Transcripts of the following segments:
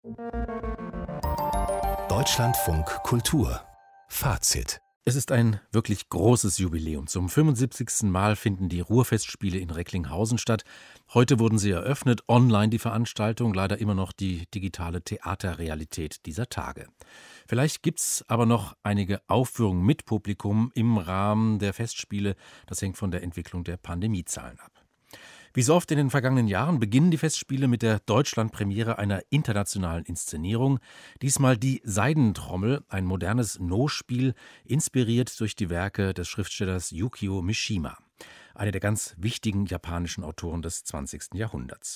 Deutschlandfunk Kultur Fazit. Es ist ein wirklich großes Jubiläum. Zum 75. Mal finden die Ruhrfestspiele in Recklinghausen statt. Heute wurden sie eröffnet, online die Veranstaltung, leider immer noch die digitale Theaterrealität dieser Tage. Vielleicht gibt's aber noch einige Aufführungen mit Publikum im Rahmen der Festspiele. Das hängt von der Entwicklung der Pandemiezahlen ab. Wie so oft in den vergangenen Jahren beginnen die Festspiele mit der Deutschlandpremiere einer internationalen Inszenierung. Diesmal die Seidentrommel, ein modernes No-Spiel, inspiriert durch die Werke des Schriftstellers Yukio Mishima, einer der ganz wichtigen japanischen Autoren des 20. Jahrhunderts.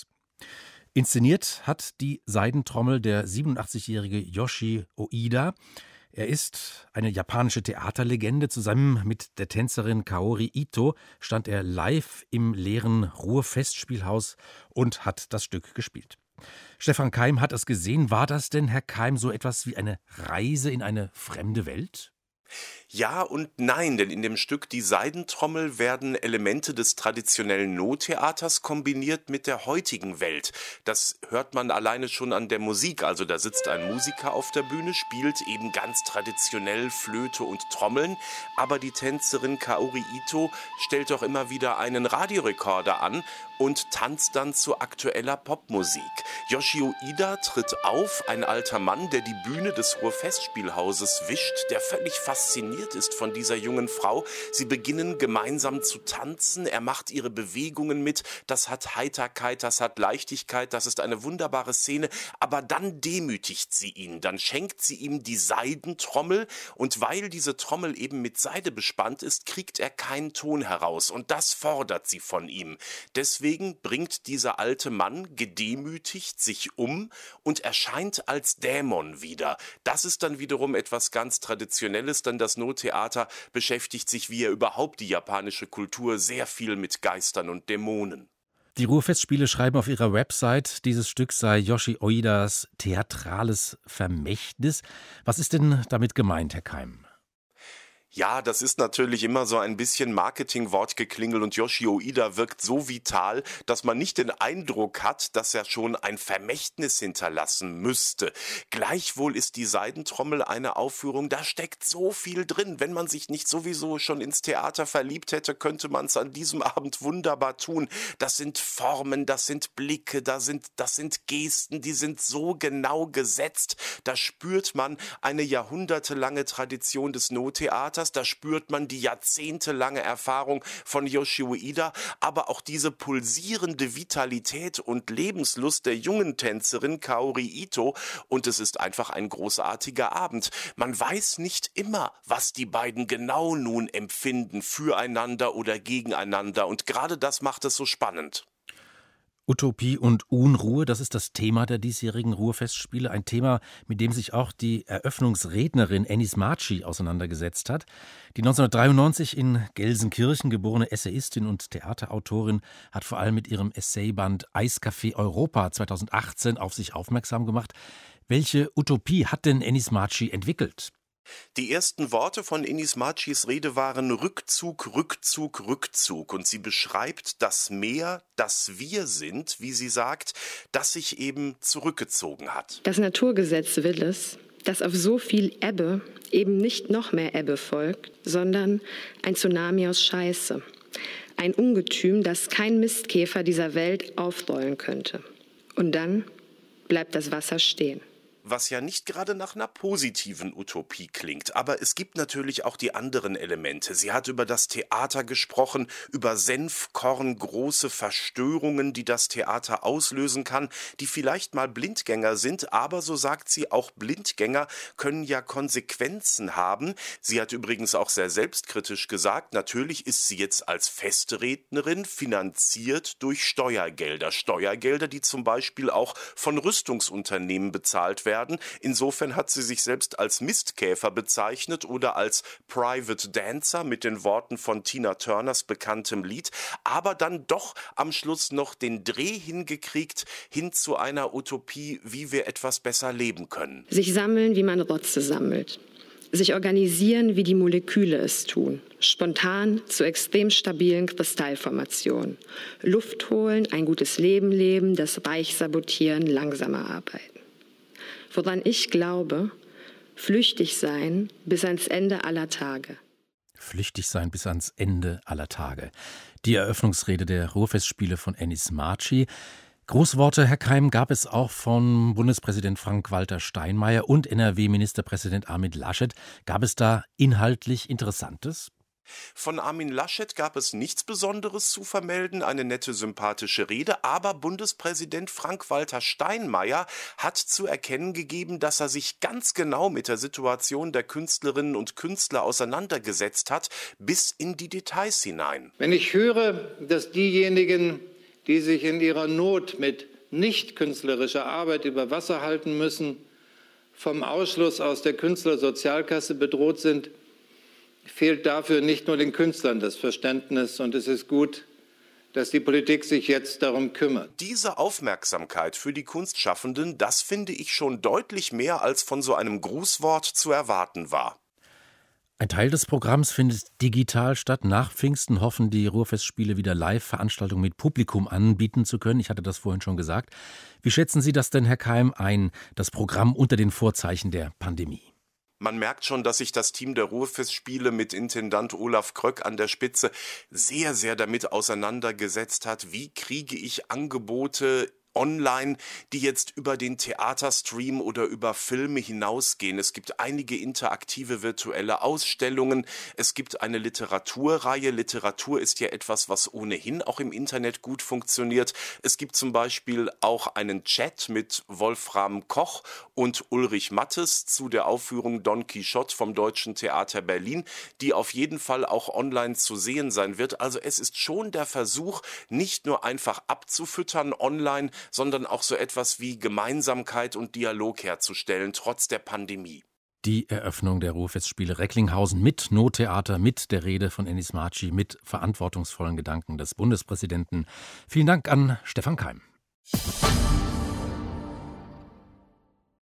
Inszeniert hat die Seidentrommel der 87-jährige Yoshi Oida. Er ist eine japanische Theaterlegende. Zusammen mit der Tänzerin Kaori Ito stand er live im leeren Ruhr-Festspielhaus und hat das Stück gespielt. Stefan Keim hat es gesehen. War das denn, Herr Keim, so etwas wie eine Reise in eine fremde Welt? Ja und nein, denn in dem Stück Die Seidentrommel werden Elemente des traditionellen No-Theaters kombiniert mit der heutigen Welt. Das hört man alleine schon an der Musik. Also da sitzt ein Musiker auf der Bühne, spielt eben ganz traditionell Flöte und Trommeln, aber die Tänzerin Kaori Ito stellt doch immer wieder einen Radiorekorder an und tanzt dann zu aktueller Popmusik. Yoshio Ida tritt auf, ein alter Mann, der die Bühne des Ruhr-Festspielhauses wischt, der völlig fasziniert ist von dieser jungen Frau. Sie beginnen gemeinsam zu tanzen, er macht ihre Bewegungen mit, das hat Heiterkeit, das hat Leichtigkeit, das ist eine wunderbare Szene, aber dann demütigt sie ihn, dann schenkt sie ihm die Seidentrommel und weil diese Trommel eben mit Seide bespannt ist, kriegt er keinen Ton heraus und das fordert sie von ihm. Deswegen bringt dieser alte Mann gedemütigt sich um und erscheint als Dämon wieder. Das ist dann wiederum etwas ganz Traditionelles, denn das No-Theater beschäftigt sich wie überhaupt die japanische Kultur sehr viel mit Geistern und Dämonen. Die Ruhrfestspiele schreiben auf ihrer Website, dieses Stück sei Yoshi Oidas theatrales Vermächtnis. Was ist denn damit gemeint, Herr Keim? Ja, das ist natürlich immer so ein bisschen Marketing-Wortgeklingel und Yoshio Ida wirkt so vital, dass man nicht den Eindruck hat, dass er schon ein Vermächtnis hinterlassen müsste. Gleichwohl ist die Seidentrommel eine Aufführung, da steckt so viel drin. Wenn man sich nicht sowieso schon ins Theater verliebt hätte, könnte man es an diesem Abend wunderbar tun. Das sind Formen, das sind Blicke, das sind Gesten, die sind so genau gesetzt. Da spürt man eine jahrhundertelange Tradition des No-Theaters. Da spürt man die jahrzehntelange Erfahrung von Yoshio Ida, aber auch diese pulsierende Vitalität und Lebenslust der jungen Tänzerin Kaori Ito und es ist einfach ein großartiger Abend. Man weiß nicht immer, was die beiden genau nun empfinden, füreinander oder gegeneinander und gerade das macht es so spannend. Utopie und Unruhe, das ist das Thema der diesjährigen Ruhrfestspiele. Ein Thema, mit dem sich auch die Eröffnungsrednerin Ennis Marci auseinandergesetzt hat. Die 1993 in Gelsenkirchen geborene Essayistin und Theaterautorin hat vor allem mit ihrem Essayband Eiscafé Europa 2018 auf sich aufmerksam gemacht. Welche Utopie hat denn Ennis Marci entwickelt? Die ersten Worte von Ennis Marcis Rede waren Rückzug, Rückzug, Rückzug. Und sie beschreibt das Meer, das wir sind, wie sie sagt, das sich eben zurückgezogen hat. Das Naturgesetz will es, dass auf so viel Ebbe eben nicht noch mehr Ebbe folgt, sondern ein Tsunami aus Scheiße. Ein Ungetüm, das kein Mistkäfer dieser Welt aufrollen könnte. Und dann bleibt das Wasser stehen. Was ja nicht gerade nach einer positiven Utopie klingt. Aber es gibt natürlich auch die anderen Elemente. Sie hat über das Theater gesprochen, über senfkorngroße Verstörungen, die das Theater auslösen kann, die vielleicht mal Blindgänger sind, aber so sagt sie, auch Blindgänger können ja Konsequenzen haben. Sie hat übrigens auch sehr selbstkritisch gesagt, natürlich ist sie jetzt als Festrednerin finanziert durch Steuergelder. Steuergelder, die zum Beispiel auch von Rüstungsunternehmen bezahlt werden. Insofern hat sie sich selbst als Mistkäfer bezeichnet oder als Private Dancer mit den Worten von Tina Turners bekanntem Lied, aber dann doch am Schluss noch den Dreh hingekriegt hin zu einer Utopie, wie wir etwas besser leben können. Sich sammeln, wie man Rotze sammelt. Sich organisieren, wie die Moleküle es tun. Spontan zu extrem stabilen Kristallformationen. Luft holen, ein gutes Leben leben, das Reich sabotieren, langsamer arbeiten. woran ich glaube, flüchtig sein bis ans Ende aller Tage. Flüchtig sein bis ans Ende aller Tage. Die Eröffnungsrede der Ruhrfestspiele von Ennis Marci. Großworte, Herr Keim, gab es auch von Bundespräsident Frank-Walter Steinmeier und NRW-Ministerpräsident Armin Laschet. Gab es da inhaltlich Interessantes? Von Armin Laschet gab es nichts Besonderes zu vermelden, eine nette, sympathische Rede, aber Bundespräsident Frank-Walter Steinmeier hat zu erkennen gegeben, dass er sich ganz genau mit der Situation der Künstlerinnen und Künstler auseinandergesetzt hat, bis in die Details hinein. Wenn ich höre, dass diejenigen, die sich in ihrer Not mit nicht künstlerischer Arbeit über Wasser halten müssen, vom Ausschluss aus der Künstlersozialkasse bedroht sind, fehlt dafür nicht nur den Künstlern das Verständnis. Und es ist gut, dass die Politik sich jetzt darum kümmert. Diese Aufmerksamkeit für die Kunstschaffenden, das finde ich schon deutlich mehr, als von so einem Grußwort zu erwarten war. Ein Teil des Programms findet digital statt. Nach Pfingsten hoffen die Ruhrfestspiele wieder Live-Veranstaltungen mit Publikum anbieten zu können. Ich hatte das vorhin schon gesagt. Wie schätzen Sie das denn, Herr Keim, ein, das Programm unter den Vorzeichen der Pandemie? Man merkt schon, dass sich das Team der Ruhrfestspiele mit Intendant Olaf Kröck an der Spitze sehr, sehr damit auseinandergesetzt hat, wie kriege ich Angebote online, die jetzt über den Theaterstream oder über Filme hinausgehen. Es gibt einige interaktive virtuelle Ausstellungen. Es gibt eine Literaturreihe. Literatur ist ja etwas, was ohnehin auch im Internet gut funktioniert. Es gibt zum Beispiel auch einen Chat mit Wolfram Koch und Ulrich Mattes zu der Aufführung Don Quixote vom Deutschen Theater Berlin, die auf jeden Fall auch online zu sehen sein wird. Also es ist schon der Versuch, nicht nur einfach abzufüttern online, sondern auch so etwas wie Gemeinsamkeit und Dialog herzustellen, trotz der Pandemie. Die Eröffnung der Ruhrfestspiele Recklinghausen mit Nottheater, mit der Rede von Ennis Marci, mit verantwortungsvollen Gedanken des Bundespräsidenten. Vielen Dank an Stefan Keim.